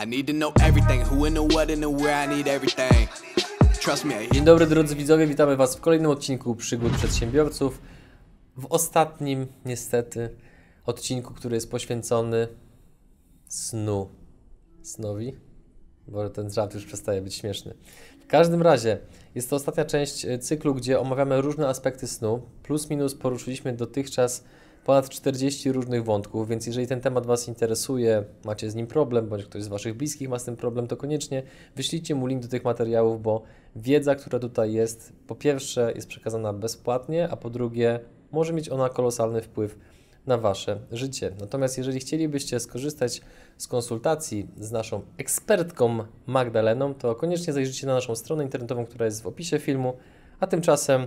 I need to know everything, who and the what and the where, I need everything. Trust me. Dzień dobry drodzy widzowie, witamy Was w kolejnym odcinku Przygód Przedsiębiorców. W ostatnim, niestety, odcinku, który jest poświęcony snowi, bo ten żart już przestaje być śmieszny. W każdym razie, jest to ostatnia część cyklu, gdzie omawiamy różne aspekty snu. Plus minus poruszyliśmy dotychczas ponad 40 różnych wątków, więc jeżeli ten temat Was interesuje, macie z nim problem, bądź ktoś z Waszych bliskich ma z tym problem, to koniecznie wyślijcie mu link do tych materiałów, bo wiedza, która tutaj jest, po pierwsze jest przekazana bezpłatnie, a po drugie może mieć ona kolosalny wpływ na Wasze życie. Natomiast jeżeli chcielibyście skorzystać z konsultacji z naszą ekspertką Magdaleną, to koniecznie zajrzyjcie na naszą stronę internetową, która jest w opisie filmu, a tymczasem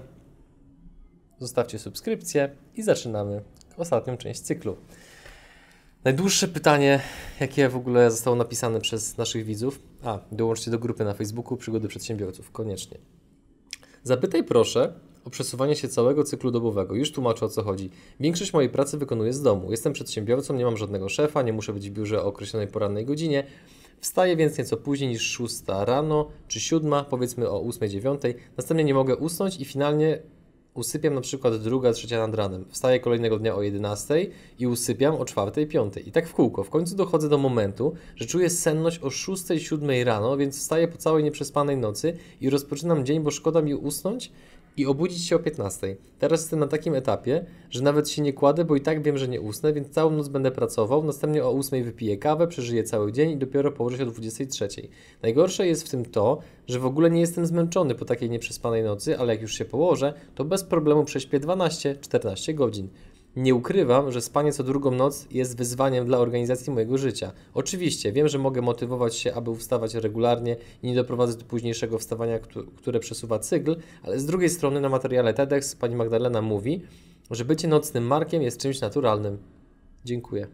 zostawcie subskrypcję i zaczynamy ostatnią część cyklu. Najdłuższe pytanie, jakie w ogóle zostało napisane przez naszych widzów. Dołączcie do grupy na Facebooku Przygody Przedsiębiorców, koniecznie. Zapytaj proszę o przesuwanie się całego cyklu dobowego. Już tłumaczę, o co chodzi. Większość mojej pracy wykonuję z domu. Jestem przedsiębiorcą, nie mam żadnego szefa, nie muszę być w biurze o określonej porannej godzinie. Wstaję więc nieco później niż 6 rano czy 7, powiedzmy o 8-9. Następnie nie mogę usnąć i finalnie usypiam na przykład 2-3 nad ranem. Wstaję kolejnego dnia o 11 i usypiam o 4-5. I tak w kółko. W końcu dochodzę do momentu, że czuję senność o 6-7 rano, więc wstaję po całej nieprzespanej nocy i rozpoczynam dzień, bo szkoda mi usnąć i obudzić się o 15. Teraz jestem na takim etapie, że nawet się nie kładę, bo i tak wiem, że nie usnę, więc całą noc będę pracował, następnie o 8 wypiję kawę, przeżyję cały dzień i dopiero położę się o 23. Najgorsze jest w tym to, że w ogóle nie jestem zmęczony po takiej nieprzespanej nocy, ale jak już się położę, to bez problemu prześpię 12-14 godzin. Nie ukrywam, że spanie co drugą noc jest wyzwaniem dla organizacji mojego życia. Oczywiście wiem, że mogę motywować się, aby wstawać regularnie i nie doprowadzać do późniejszego wstawania, które przesuwa cykl, ale z drugiej strony na materiale TEDx pani Magdalena mówi, że bycie nocnym markiem jest czymś naturalnym. Dziękuję.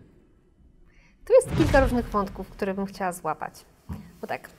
Tu jest kilka różnych wątków, które bym chciała złapać. Bo tak,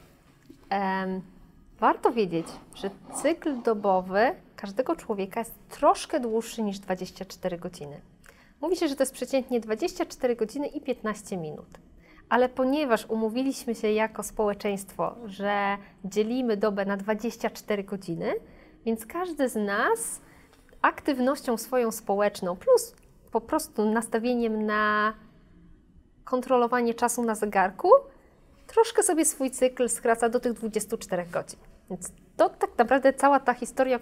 warto wiedzieć, że cykl dobowy każdego człowieka jest troszkę dłuższy niż 24 godziny. Mówi się, że to jest przeciętnie 24 godziny i 15 minut. Ale ponieważ umówiliśmy się jako społeczeństwo, że dzielimy dobę na 24 godziny, więc każdy z nas aktywnością swoją społeczną plus po prostu nastawieniem na kontrolowanie czasu na zegarku troszkę sobie swój cykl skraca do tych 24 godzin. Więc to tak naprawdę cała ta historia,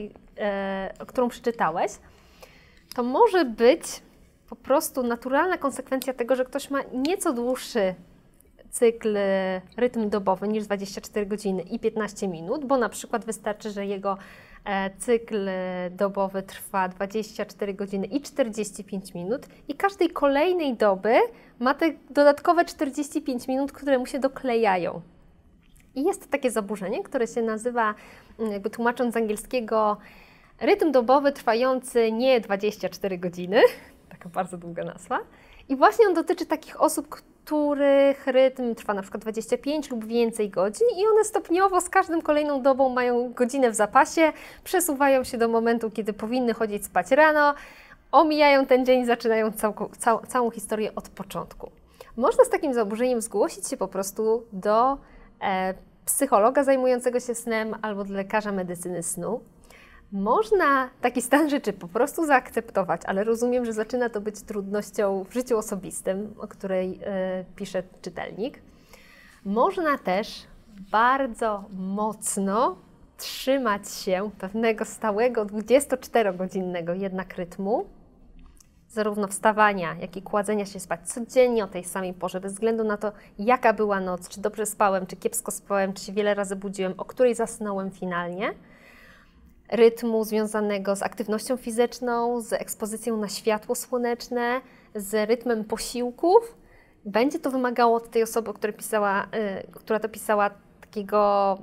którą przeczytałeś, to może być po prostu naturalna konsekwencja tego, że ktoś ma nieco dłuższy cykl, rytm dobowy niż 24 godziny i 15 minut, bo na przykład wystarczy, że jego cykl dobowy trwa 24 godziny i 45 minut i każdej kolejnej doby ma te dodatkowe 45 minut, które mu się doklejają. I jest takie zaburzenie, które się nazywa, jakby tłumacząc z angielskiego, rytm dobowy trwający nie 24 godziny, taka bardzo długa nazwa. I właśnie on dotyczy takich osób, których rytm trwa na przykład 25 lub więcej godzin i one stopniowo z każdą kolejną dobą mają godzinę w zapasie, przesuwają się do momentu, kiedy powinny chodzić spać rano, omijają ten dzień, zaczynają całą historię od początku. Można z takim zaburzeniem zgłosić się po prostu do psychologa zajmującego się snem albo do lekarza medycyny snu. Można taki stan rzeczy po prostu zaakceptować, ale rozumiem, że zaczyna to być trudnością w życiu osobistym, o której pisze czytelnik. Można też bardzo mocno trzymać się pewnego stałego 24-godzinnego jednak rytmu, zarówno wstawania, jak i kładzenia się spać codziennie o tej samej porze, bez względu na to, jaka była noc, czy dobrze spałem, czy kiepsko spałem, czy się wiele razy budziłem, o której zasnąłem finalnie. Rytmu związanego z aktywnością fizyczną, z ekspozycją na światło słoneczne, z rytmem posiłków. Będzie to wymagało od tej osoby, która to pisała, takiego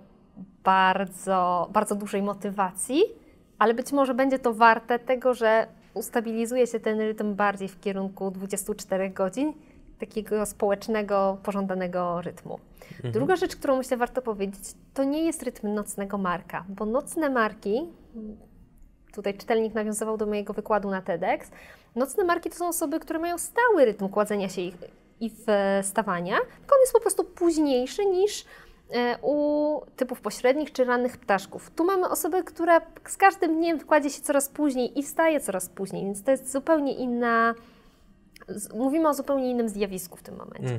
bardzo dużej motywacji, ale być może będzie to warte tego, że ustabilizuje się ten rytm bardziej w kierunku 24 godzin, takiego społecznego, pożądanego rytmu. Druga rzecz, którą myślę warto powiedzieć, to nie jest rytm nocnego marka, bo nocne marki, tutaj czytelnik nawiązywał do mojego wykładu na TEDx, nocne marki to są osoby, które mają stały rytm kładzenia się i wstawania, tylko on jest po prostu późniejszy niż u typów pośrednich czy rannych ptaszków. Tu mamy osobę, która z każdym dniem kładzie się coraz później i wstaje coraz później, więc to jest zupełnie inna, mówimy o zupełnie innym zjawisku w tym momencie.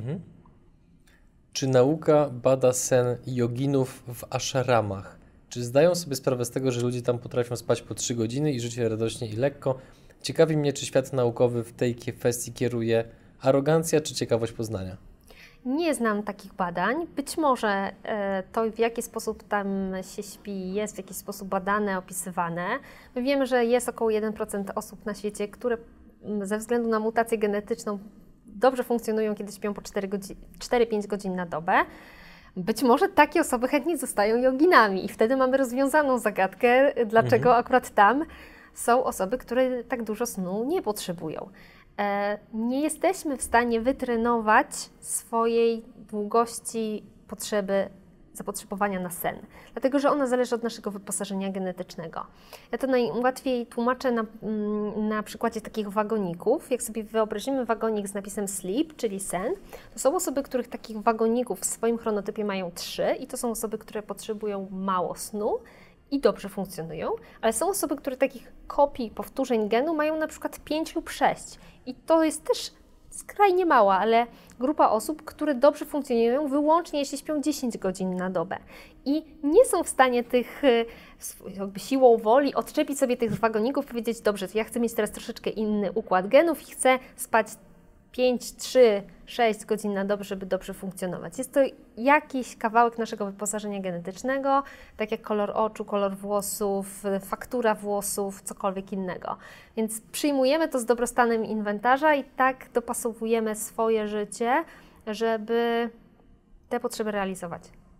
Czy nauka bada sen joginów w asharamach? Czy zdają sobie sprawę z tego, że ludzie tam potrafią spać po 3 godziny i żyć radośnie i lekko? Ciekawi mnie, czy świat naukowy w tej kwestii kieruje arogancja czy ciekawość poznania? Nie znam takich badań. Być może to, w jaki sposób tam się śpi, jest w jakiś sposób badane, opisywane. My wiemy, że jest około 1% osób na świecie, które ze względu na mutację genetyczną dobrze funkcjonują, kiedy śpią po 4-5 godzin na dobę. Być może takie osoby chętnie zostają joginami i wtedy mamy rozwiązaną zagadkę, dlaczego akurat tam są osoby, które tak dużo snu nie potrzebują. Nie jesteśmy w stanie wytrenować swojej długości zapotrzebowania na sen, dlatego że ona zależy od naszego wyposażenia genetycznego. Ja to najłatwiej tłumaczę na przykładzie takich wagoników. Jak sobie wyobrazimy wagonik z napisem sleep, czyli sen, to są osoby, których takich wagoników w swoim chronotypie mają 3 i to są osoby, które potrzebują mało snu i dobrze funkcjonują, ale są osoby, które takich kopii, powtórzeń genu mają na przykład 5 lub 6 i to jest też skrajnie mała, ale grupa osób, które dobrze funkcjonują wyłącznie jeśli śpią 10 godzin na dobę i nie są w stanie tych jakby siłą woli odczepić sobie tych wagoników, powiedzieć dobrze, to ja chcę mieć teraz troszeczkę inny układ genów i chcę spać 5, 3, 6 godzin na dobę, żeby dobrze funkcjonować. Jest to jakiś kawałek naszego wyposażenia genetycznego, tak jak kolor oczu, kolor włosów, faktura włosów, cokolwiek innego. Więc przyjmujemy to z dobrostanem inwentarza i tak dopasowujemy swoje życie, żeby te potrzeby realizować.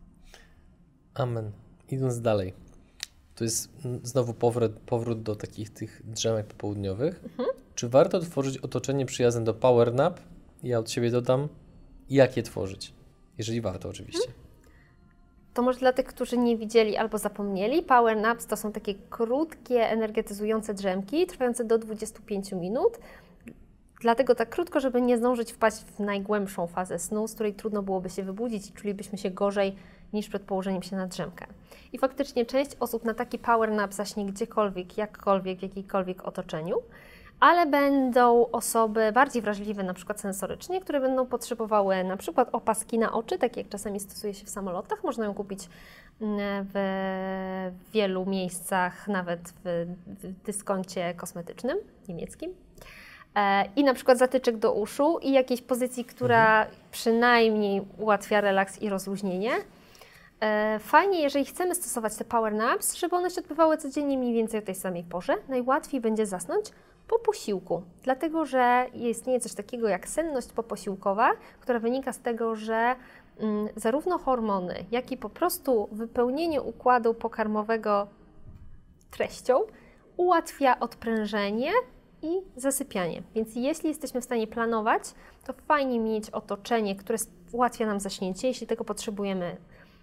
Amen. Idąc dalej. To jest znowu powrót do takich tych drzemek popołudniowych. Czy warto tworzyć otoczenie przyjazne do power nap? Ja od siebie dodam, jak je tworzyć? Jeżeli warto oczywiście. To może dla tych, którzy nie widzieli albo zapomnieli, power naps to są takie krótkie, energetyzujące drzemki, trwające do 25 minut. Dlatego tak krótko, żeby nie zdążyć wpaść w najgłębszą fazę snu, z której trudno byłoby się wybudzić i czulibyśmy się gorzej niż przed położeniem się na drzemkę. I faktycznie część osób na taki power nap zaśnie gdziekolwiek, jakkolwiek, w jakikolwiek otoczeniu, ale będą osoby bardziej wrażliwe, na przykład sensorycznie, które będą potrzebowały na przykład opaski na oczy, tak jak czasami stosuje się w samolotach. Można ją kupić w wielu miejscach, nawet w dyskoncie kosmetycznym niemieckim. I na przykład zatyczek do uszu i jakiejś pozycji, która przynajmniej ułatwia relaks i rozluźnienie. Fajnie, jeżeli chcemy stosować te power naps, żeby one się odbywały codziennie mniej więcej o tej samej porze. Najłatwiej będzie zasnąć po posiłku, dlatego że istnieje coś takiego jak senność poposiłkowa, która wynika z tego, że zarówno hormony, jak i po prostu wypełnienie układu pokarmowego treścią ułatwia odprężenie i zasypianie. Więc jeśli jesteśmy w stanie planować, to fajnie mieć otoczenie, które ułatwia nam zaśnięcie, jeśli tego potrzebujemy.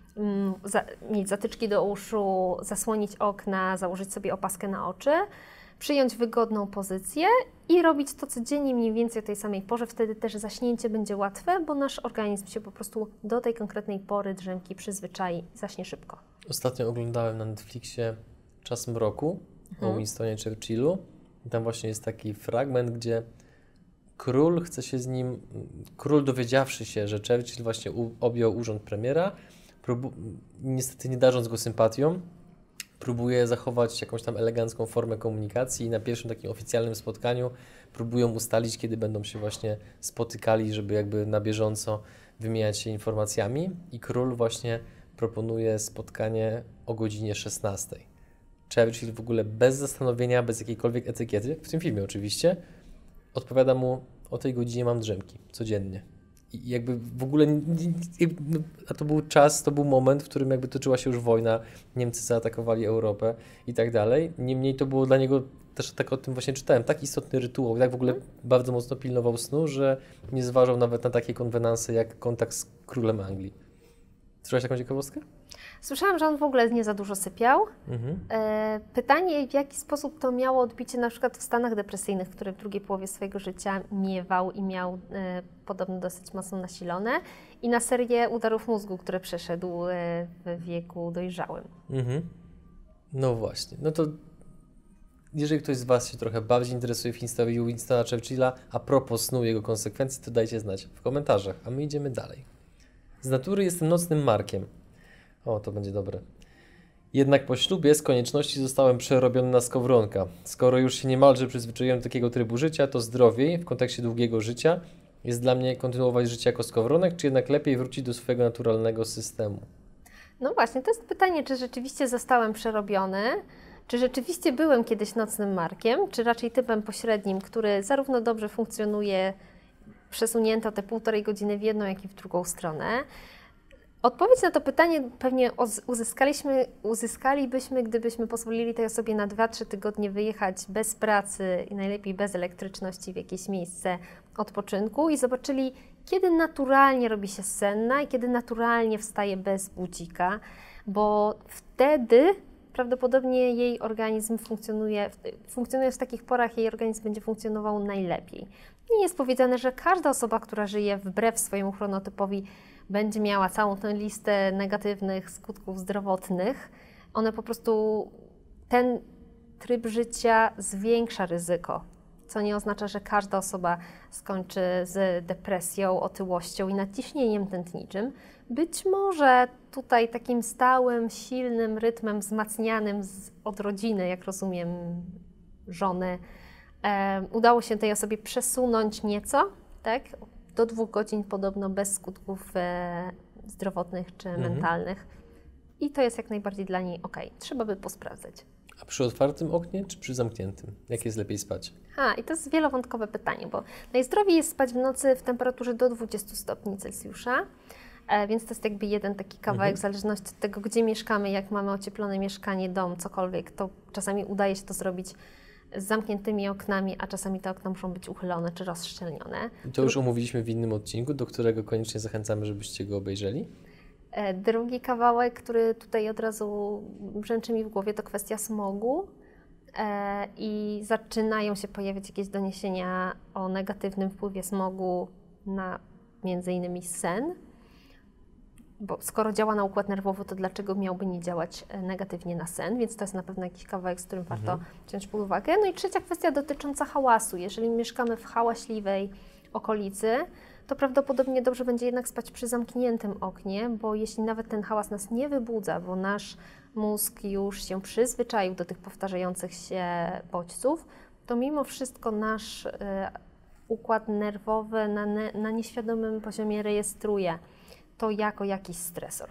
Mieć zatyczki do uszu, zasłonić okna, założyć sobie opaskę na oczy, przyjąć wygodną pozycję i robić to codziennie mniej więcej o tej samej porze. Wtedy też zaśnięcie będzie łatwe, bo nasz organizm się po prostu do tej konkretnej pory drzemki przyzwyczai i zaśnie szybko. Ostatnio oglądałem na Netflixie Czas mroku o Winstonie Churchillu. I tam właśnie jest taki fragment, gdzie król dowiedziawszy się, że Churchill właśnie objął urząd premiera, niestety nie darząc go sympatią, próbuje zachować jakąś tam elegancką formę komunikacji i na pierwszym takim oficjalnym spotkaniu próbują ustalić, kiedy będą się właśnie spotykali, żeby jakby na bieżąco wymieniać się informacjami i król właśnie proponuje spotkanie o godzinie 16. Churchill w ogóle bez zastanowienia, bez jakiejkolwiek etykiety, w tym filmie oczywiście, odpowiada mu: o tej godzinie mam drzemki, codziennie. I jakby w ogóle, a to był czas, to był moment, w którym jakby toczyła się już wojna, Niemcy zaatakowali Europę i tak dalej. Niemniej to było dla niego, też tak o tym właśnie czytałem, tak istotny rytuał, tak w ogóle bardzo mocno pilnował snu, że nie zważał nawet na takie konwenanse jak kontakt z królem Anglii. Słyszałaś jakąś ciekawostkę? Słyszałam, że on w ogóle nie za dużo sypiał. Pytanie, w jaki sposób to miało odbicie na przykład w stanach depresyjnych, które w drugiej połowie swojego życia miewał i miał podobno dosyć mocno nasilone, i na serię udarów mózgu, które przeszedł w wieku dojrzałym. No właśnie. No to jeżeli ktoś z Was się trochę bardziej interesuje w historii Winstona Churchilla, a propos snu i jego konsekwencji, to dajcie znać w komentarzach, a my idziemy dalej. Z natury jestem nocnym markiem. O, to będzie dobre. Jednak po ślubie z konieczności zostałem przerobiony na skowronka. Skoro już się niemalże przyzwyczaiłem do takiego trybu życia, to zdrowiej, w kontekście długiego życia, jest dla mnie kontynuować życie jako skowronek, czy jednak lepiej wrócić do swojego naturalnego systemu? No właśnie, to jest pytanie, czy rzeczywiście zostałem przerobiony, czy rzeczywiście byłem kiedyś nocnym markiem, czy raczej typem pośrednim, który zarówno dobrze funkcjonuje, przesunięto te 1,5 godziny w jedną, jak i w drugą stronę. Odpowiedź na to pytanie pewnie uzyskalibyśmy, gdybyśmy pozwolili tej osobie na 2-3 tygodnie wyjechać bez pracy i najlepiej bez elektryczności w jakieś miejsce odpoczynku i zobaczyli, kiedy naturalnie robi się senna i kiedy naturalnie wstaje bez budzika, bo wtedy prawdopodobnie jej organizm funkcjonuje w takich porach, jej organizm będzie funkcjonował najlepiej. Nie jest powiedziane, że każda osoba, która żyje wbrew swojemu chronotypowi, będzie miała całą tę listę negatywnych skutków zdrowotnych. One po prostu, ten tryb życia zwiększa ryzyko, co nie oznacza, że każda osoba skończy z depresją, otyłością i nadciśnieniem tętniczym. Być może tutaj takim stałym, silnym rytmem wzmacnianym od rodziny, jak rozumiem, żony, udało się tej osobie przesunąć nieco, tak? Do 2 godzin podobno bez skutków zdrowotnych czy mentalnych. I to jest jak najbardziej dla niej okej. Trzeba by posprawdzać. A przy otwartym oknie czy przy zamkniętym? Jak jest lepiej spać? I to jest wielowątkowe pytanie, bo najzdrowiej jest spać w nocy w temperaturze do 20 stopni Celsjusza, więc to jest jakby jeden taki kawałek, w zależności od tego, gdzie mieszkamy, jak mamy ocieplone mieszkanie, dom, cokolwiek, to czasami udaje się to zrobić z zamkniętymi oknami, a czasami te okna muszą być uchylone czy rozszczelnione. I to już omówiliśmy w innym odcinku, do którego koniecznie zachęcamy, żebyście go obejrzeli. Drugi kawałek, który tutaj od razu brzęczy mi w głowie, to kwestia smogu i zaczynają się pojawiać jakieś doniesienia o negatywnym wpływie smogu na między innymi sen, bo skoro działa na układ nerwowy, to dlaczego miałby nie działać negatywnie na sen, więc to jest na pewno jakiś kawałek, z którym warto wziąć pod uwagę. No i trzecia kwestia dotycząca hałasu. Jeżeli mieszkamy w hałaśliwej okolicy, to prawdopodobnie dobrze będzie jednak spać przy zamkniętym oknie, bo jeśli nawet ten hałas nas nie wybudza, bo nasz mózg już się przyzwyczaił do tych powtarzających się bodźców, to mimo wszystko nasz układ nerwowy na nieświadomym poziomie rejestruje to jako jakiś stresor.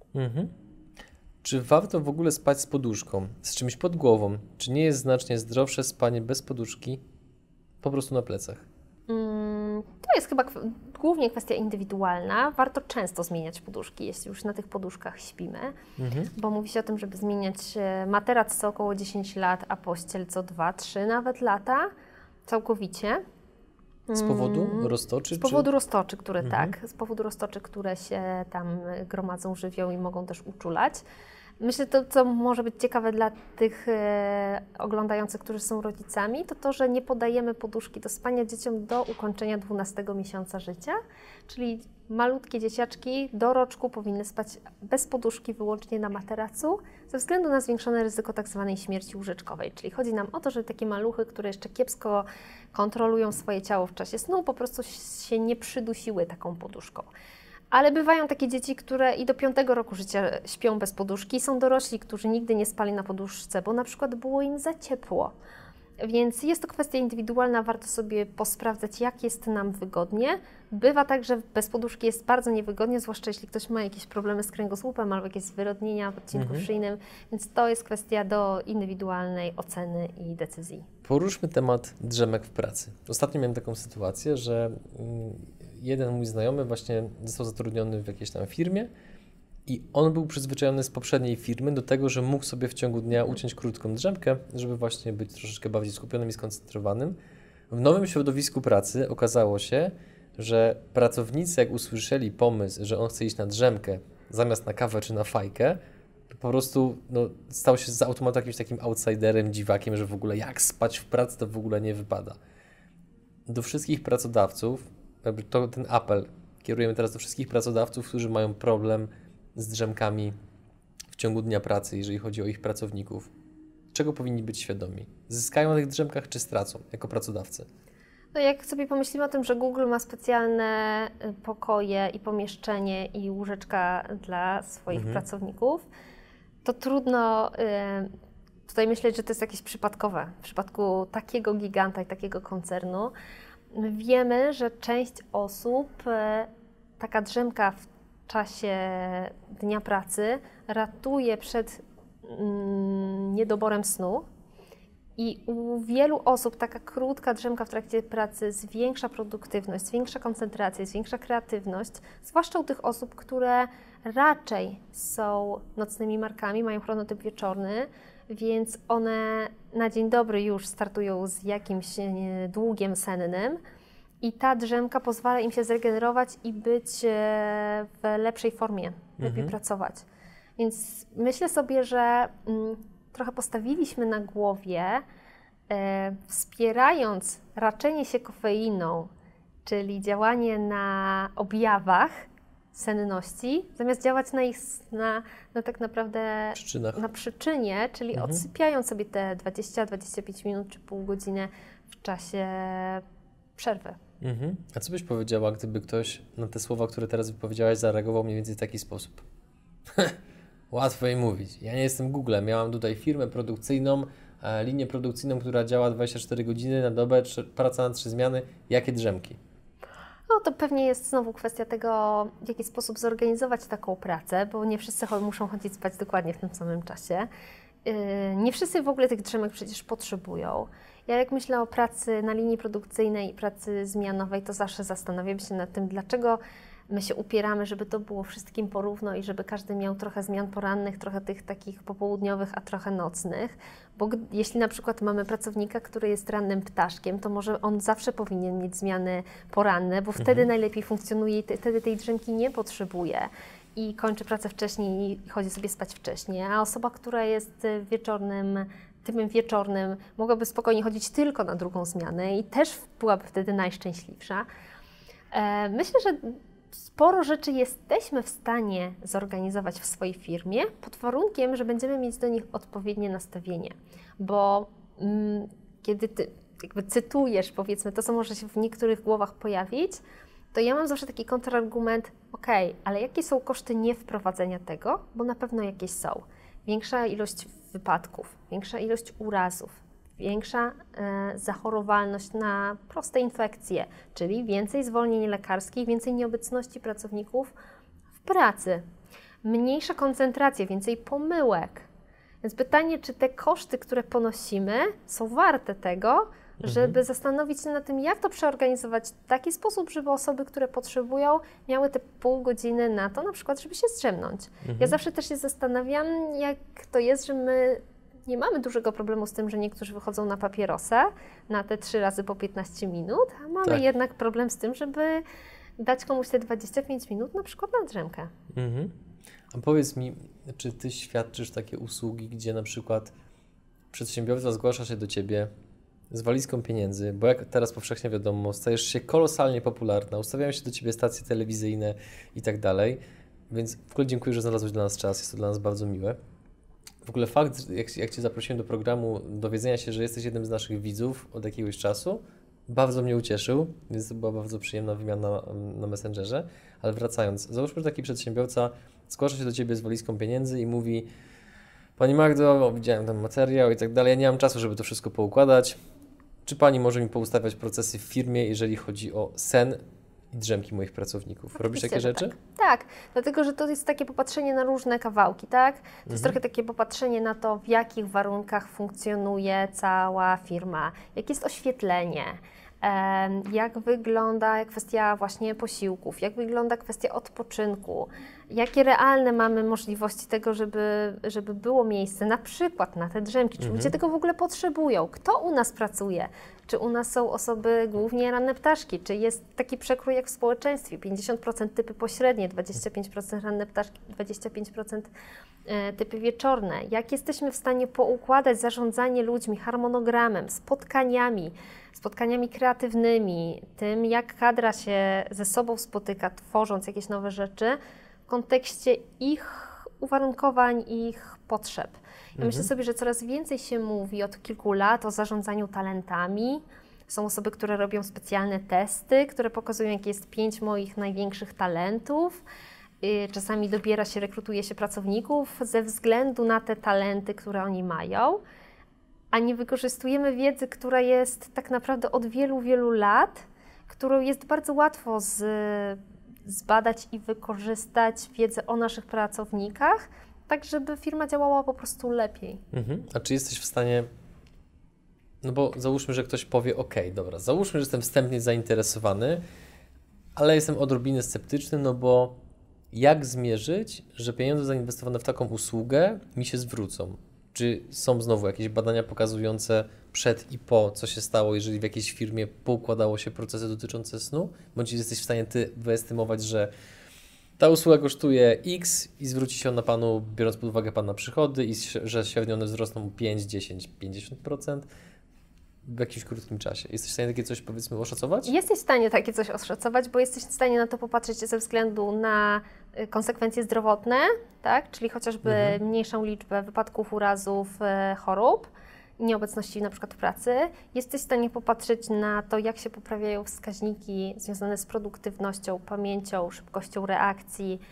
Czy warto w ogóle spać z poduszką, z czymś pod głową? Czy nie jest znacznie zdrowsze spanie bez poduszki, po prostu na plecach? To jest chyba głównie kwestia indywidualna. Warto często zmieniać poduszki, jeśli już na tych poduszkach śpimy, bo mówi się o tym, żeby zmieniać materac co około 10 lat, a pościel co 2-3 nawet lata, całkowicie. Z powodu roztoczy? Z powodu roztoczy, z powodu roztoczy, które się tam gromadzą, żywią i mogą też uczulać. Myślę, to co może być ciekawe dla tych oglądających, którzy są rodzicami, to to, że nie podajemy poduszki do spania dzieciom do ukończenia 12 miesiąca życia, czyli malutkie dzieciaczki do roczku powinny spać bez poduszki, wyłącznie na materacu, ze względu na zwiększone ryzyko tak zwanej śmierci łóżeczkowej. Czyli chodzi nam o to, że takie maluchy, które jeszcze kiepsko kontrolują swoje ciało w czasie snu, po prostu się nie przydusiły taką poduszką. Ale bywają takie dzieci, które i do 5 roku życia śpią bez poduszki. Są dorośli, którzy nigdy nie spali na poduszce, bo na przykład było im za ciepło. Więc jest to kwestia indywidualna, warto sobie posprawdzać, jak jest nam wygodnie. Bywa tak, że bez poduszki jest bardzo niewygodnie, zwłaszcza jeśli ktoś ma jakieś problemy z kręgosłupem albo jakieś zwyrodnienia w odcinku szyjnym, więc to jest kwestia do indywidualnej oceny i decyzji. Poruszmy temat drzemek w pracy. Ostatnio miałem taką sytuację, że jeden mój znajomy właśnie został zatrudniony w jakiejś tam firmie i on był przyzwyczajony z poprzedniej firmy do tego, że mógł sobie w ciągu dnia uciąć krótką drzemkę, żeby właśnie być troszeczkę bardziej skupionym i skoncentrowanym. W nowym środowisku pracy okazało się, że pracownicy, jak usłyszeli pomysł, że on chce iść na drzemkę zamiast na kawę czy na fajkę, to po prostu stał się z automatu jakimś takim outsiderem, dziwakiem, że w ogóle jak spać w pracy to w ogóle nie wypada. Do wszystkich pracodawców, ten apel kierujemy teraz do wszystkich pracodawców, którzy mają problem z drzemkami w ciągu dnia pracy, jeżeli chodzi o ich pracowników. Czego powinni być świadomi? Zyskają na tych drzemkach czy stracą jako pracodawcy? No jak sobie pomyślimy o tym, że Google ma specjalne pokoje i pomieszczenie i łóżeczka dla swoich pracowników, to trudno tutaj myśleć, że to jest jakieś przypadkowe. W przypadku takiego giganta i takiego koncernu wiemy, że część osób taka drzemka w czasie dnia pracy ratuje przed niedoborem snu. I u wielu osób taka krótka drzemka w trakcie pracy zwiększa produktywność, zwiększa koncentrację, zwiększa kreatywność, zwłaszcza u tych osób, które raczej są nocnymi markami, mają chronotyp wieczorny, więc one na dzień dobry już startują z jakimś długiem sennym i ta drzemka pozwala im się zregenerować i być w lepszej formie, lepiej pracować. Więc myślę sobie, że trochę postawiliśmy na głowie, wspierając raczenie się kofeiną, czyli działanie na objawach senności, zamiast działać na tak naprawdę na przyczynie, czyli odsypiając sobie te 20-25 minut czy pół godziny w czasie przerwy. A co byś powiedziała, gdyby ktoś na te słowa, które teraz wypowiedziałaś, zareagował mniej więcej w taki sposób? Łatwo jej mówić. Ja nie jestem Googlem. Miałam tutaj firmę produkcyjną, linię produkcyjną, która działa 24 godziny na dobę, praca na 3 zmiany. Jakie drzemki? No to pewnie jest znowu kwestia tego, w jaki sposób zorganizować taką pracę, bo nie wszyscy muszą chodzić spać dokładnie w tym samym czasie. Nie wszyscy w ogóle tych drzemek przecież potrzebują. Ja jak myślę o pracy na linii produkcyjnej i pracy zmianowej, to zawsze zastanawiam się nad tym, dlaczego my się upieramy, żeby to było wszystkim porówno i żeby każdy miał trochę zmian porannych, trochę tych takich popołudniowych, a trochę nocnych, bo jeśli na przykład mamy pracownika, który jest rannym ptaszkiem, to może on zawsze powinien mieć zmiany poranne, bo wtedy najlepiej funkcjonuje i wtedy tej drzemki nie potrzebuje i kończy pracę wcześniej i chodzi sobie spać wcześniej, a osoba, która jest typem wieczornym, mogłaby spokojnie chodzić tylko na drugą zmianę i też byłaby wtedy najszczęśliwsza. Myślę, że sporo rzeczy jesteśmy w stanie zorganizować w swojej firmie pod warunkiem, że będziemy mieć do nich odpowiednie nastawienie, bo kiedy Ty jakby cytujesz, powiedzmy, to, co może się w niektórych głowach pojawić, to ja mam zawsze taki kontrargument, ale jakie są koszty niewprowadzenia tego, bo na pewno jakieś są. Większa ilość wypadków, większa ilość urazów, większa zachorowalność na proste infekcje, czyli więcej zwolnień lekarskich, więcej nieobecności pracowników w pracy, mniejsza koncentracja, więcej pomyłek. Więc pytanie, czy te koszty, które ponosimy, są warte tego, żeby zastanowić się nad tym, jak to przeorganizować w taki sposób, żeby osoby, które potrzebują, miały te pół godziny na to, na przykład, żeby się zdrzemnąć. Ja zawsze też się zastanawiam, jak to jest, że my nie mamy dużego problemu z tym, że niektórzy wychodzą na papierosa na te 3 razy po 15 minut, a mamy jednak problem z tym, żeby dać komuś te 25 minut na przykład na drzemkę. A powiedz mi, czy Ty świadczysz takie usługi, gdzie na przykład przedsiębiorca zgłasza się do Ciebie z walizką pieniędzy, bo jak teraz powszechnie wiadomo, stajesz się kolosalnie popularna, ustawiają się do Ciebie stacje telewizyjne i tak dalej, więc w ogóle dziękuję, że znalazłeś dla nas czas, jest to dla nas bardzo miłe. W ogóle fakt, jak Cię zaprosiłem do programu, dowiedzenia się, że jesteś jednym z naszych widzów od jakiegoś czasu, bardzo mnie ucieszył, więc to była bardzo przyjemna wymiana na Messengerze, ale wracając, załóżmy, że taki przedsiębiorca zgłasza się do Ciebie z walizką pieniędzy i mówi: Pani Magdo, widziałem tam materiał i tak dalej, ja nie mam czasu, żeby to wszystko poukładać. Czy Pani może mi poustawiać procesy w firmie, jeżeli chodzi o sen i drzemki moich pracowników? Robisz takie rzeczy? Tak, dlatego że to jest takie popatrzenie na różne kawałki, tak? To jest trochę takie popatrzenie na to, w jakich warunkach funkcjonuje cała firma, jakie jest oświetlenie, jak wygląda kwestia właśnie posiłków, jak wygląda kwestia odpoczynku, jakie realne mamy możliwości tego, żeby było miejsce na przykład na te drzemki, czy ludzie tego w ogóle potrzebują, kto u nas pracuje, Czy u nas są osoby głównie ranne ptaszki? Czy jest taki przekrój jak w społeczeństwie? 50% typy pośrednie, 25% ranne ptaszki, 25% typy wieczorne. Jak jesteśmy w stanie poukładać zarządzanie ludźmi, harmonogramem, spotkaniami kreatywnymi, tym jak kadra się ze sobą spotyka, tworząc jakieś nowe rzeczy w kontekście ich uwarunkowań, ich potrzeb. Ja myślę sobie, że coraz więcej się mówi od kilku lat o zarządzaniu talentami. Są osoby, które robią specjalne testy, które pokazują, jakie jest 5 moich największych talentów. Czasami rekrutuje się pracowników ze względu na te talenty, które oni mają, a nie wykorzystujemy wiedzy, która jest tak naprawdę od wielu, wielu lat, którą jest bardzo łatwo zbadać i wykorzystać wiedzę o naszych pracownikach, tak żeby firma działała po prostu lepiej. A czy jesteś w stanie, no bo załóżmy, że ktoś powie, dobra, załóżmy, że jestem wstępnie zainteresowany, ale jestem odrobinę sceptyczny, no bo jak zmierzyć, że pieniądze zainwestowane w taką usługę mi się zwrócą? Czy są znowu jakieś badania pokazujące przed i po, co się stało, jeżeli w jakiejś firmie poukładało się procesy dotyczące snu? Bądź jesteś w stanie Ty wyestymować, że ta usługa kosztuje X i zwróci się ona Panu, biorąc pod uwagę Pana przychody i że średnio wzrosną o 5, 10, 50% w jakimś krótkim czasie. Jesteś w stanie takie coś, powiedzmy, oszacować? Jesteś w stanie takie coś oszacować, bo jesteś w stanie na to popatrzeć ze względu na konsekwencje zdrowotne, tak? Czyli chociażby mniejszą liczbę wypadków, urazów, chorób, nieobecności na przykład w pracy. Jesteś w stanie popatrzeć na to, jak się poprawiają wskaźniki związane z produktywnością, pamięcią, szybkością reakcji,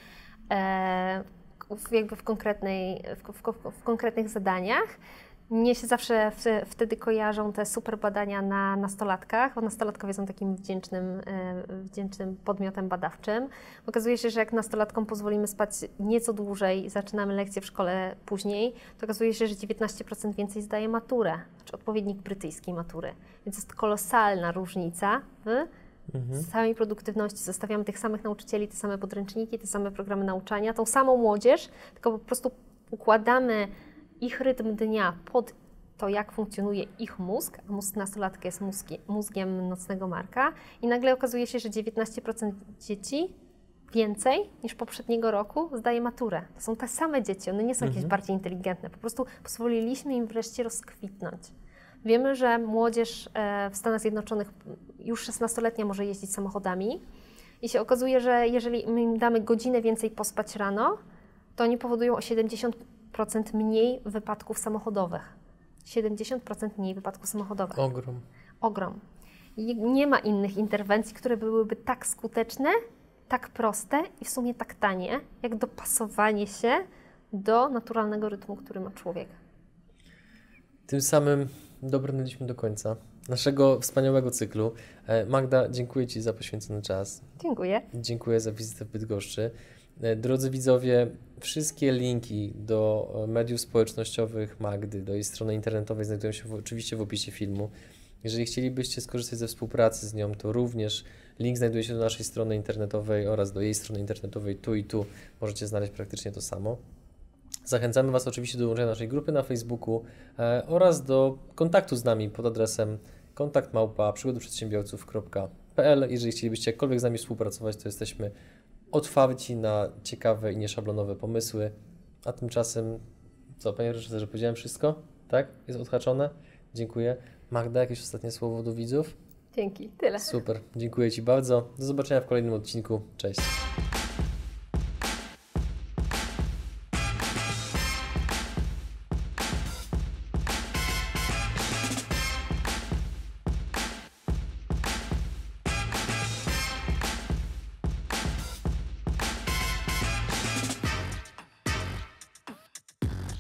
jakby w konkretnych zadaniach. Mnie się zawsze wtedy kojarzą te super badania na nastolatkach, bo nastolatkowie są takim wdzięcznym podmiotem badawczym. Okazuje się, że jak nastolatkom pozwolimy spać nieco dłużej i zaczynamy lekcje w szkole później, to okazuje się, że 19% więcej zdaje maturę, czy odpowiednik brytyjskiej matury. Więc jest kolosalna różnica z całej produktywności. Zostawiamy tych samych nauczycieli, te same podręczniki, te same programy nauczania, tą samą młodzież, tylko po prostu układamy ich rytm dnia pod to, jak funkcjonuje ich mózg, a mózg nastolatka jest mózgiem nocnego marka i nagle okazuje się, że 19% dzieci więcej niż poprzedniego roku zdaje maturę. To są te same dzieci, one nie są jakieś bardziej inteligentne, po prostu pozwoliliśmy im wreszcie rozkwitnąć. Wiemy, że młodzież w Stanach Zjednoczonych już 16-letnia może jeździć samochodami i się okazuje, że jeżeli my im damy godzinę więcej pospać rano, to oni powodują o 70% mniej wypadków samochodowych. 70% mniej wypadków samochodowych. Ogrom. I nie ma innych interwencji, które byłyby tak skuteczne, tak proste i w sumie tak tanie, jak dopasowanie się do naturalnego rytmu, który ma człowiek. Tym samym dobrnęliśmy do końca naszego wspaniałego cyklu. Magda, dziękuję Ci za poświęcony czas. Dziękuję. Dziękuję za wizytę w Bydgoszczy. Drodzy widzowie, wszystkie linki do mediów społecznościowych Magdy, do jej strony internetowej znajdują się oczywiście w opisie filmu. Jeżeli chcielibyście skorzystać ze współpracy z nią, to również link znajduje się do naszej strony internetowej oraz do jej strony internetowej tu i tu. Możecie znaleźć praktycznie to samo. Zachęcamy Was oczywiście do dołączenia do naszej grupy na Facebooku oraz do kontaktu z nami pod adresem kontakt@przygodoprzedsiębiorców.pl. Jeżeli chcielibyście jakkolwiek z nami współpracować, to jesteśmy otwarci na ciekawe i nieszablonowe pomysły. A tymczasem, co, Panie reżyserze, powiedziałem wszystko? Tak? Jest odhaczone? Dziękuję. Magda, jakieś ostatnie słowo do widzów? Dzięki, tyle. Super, dziękuję Ci bardzo. Do zobaczenia w kolejnym odcinku. Cześć.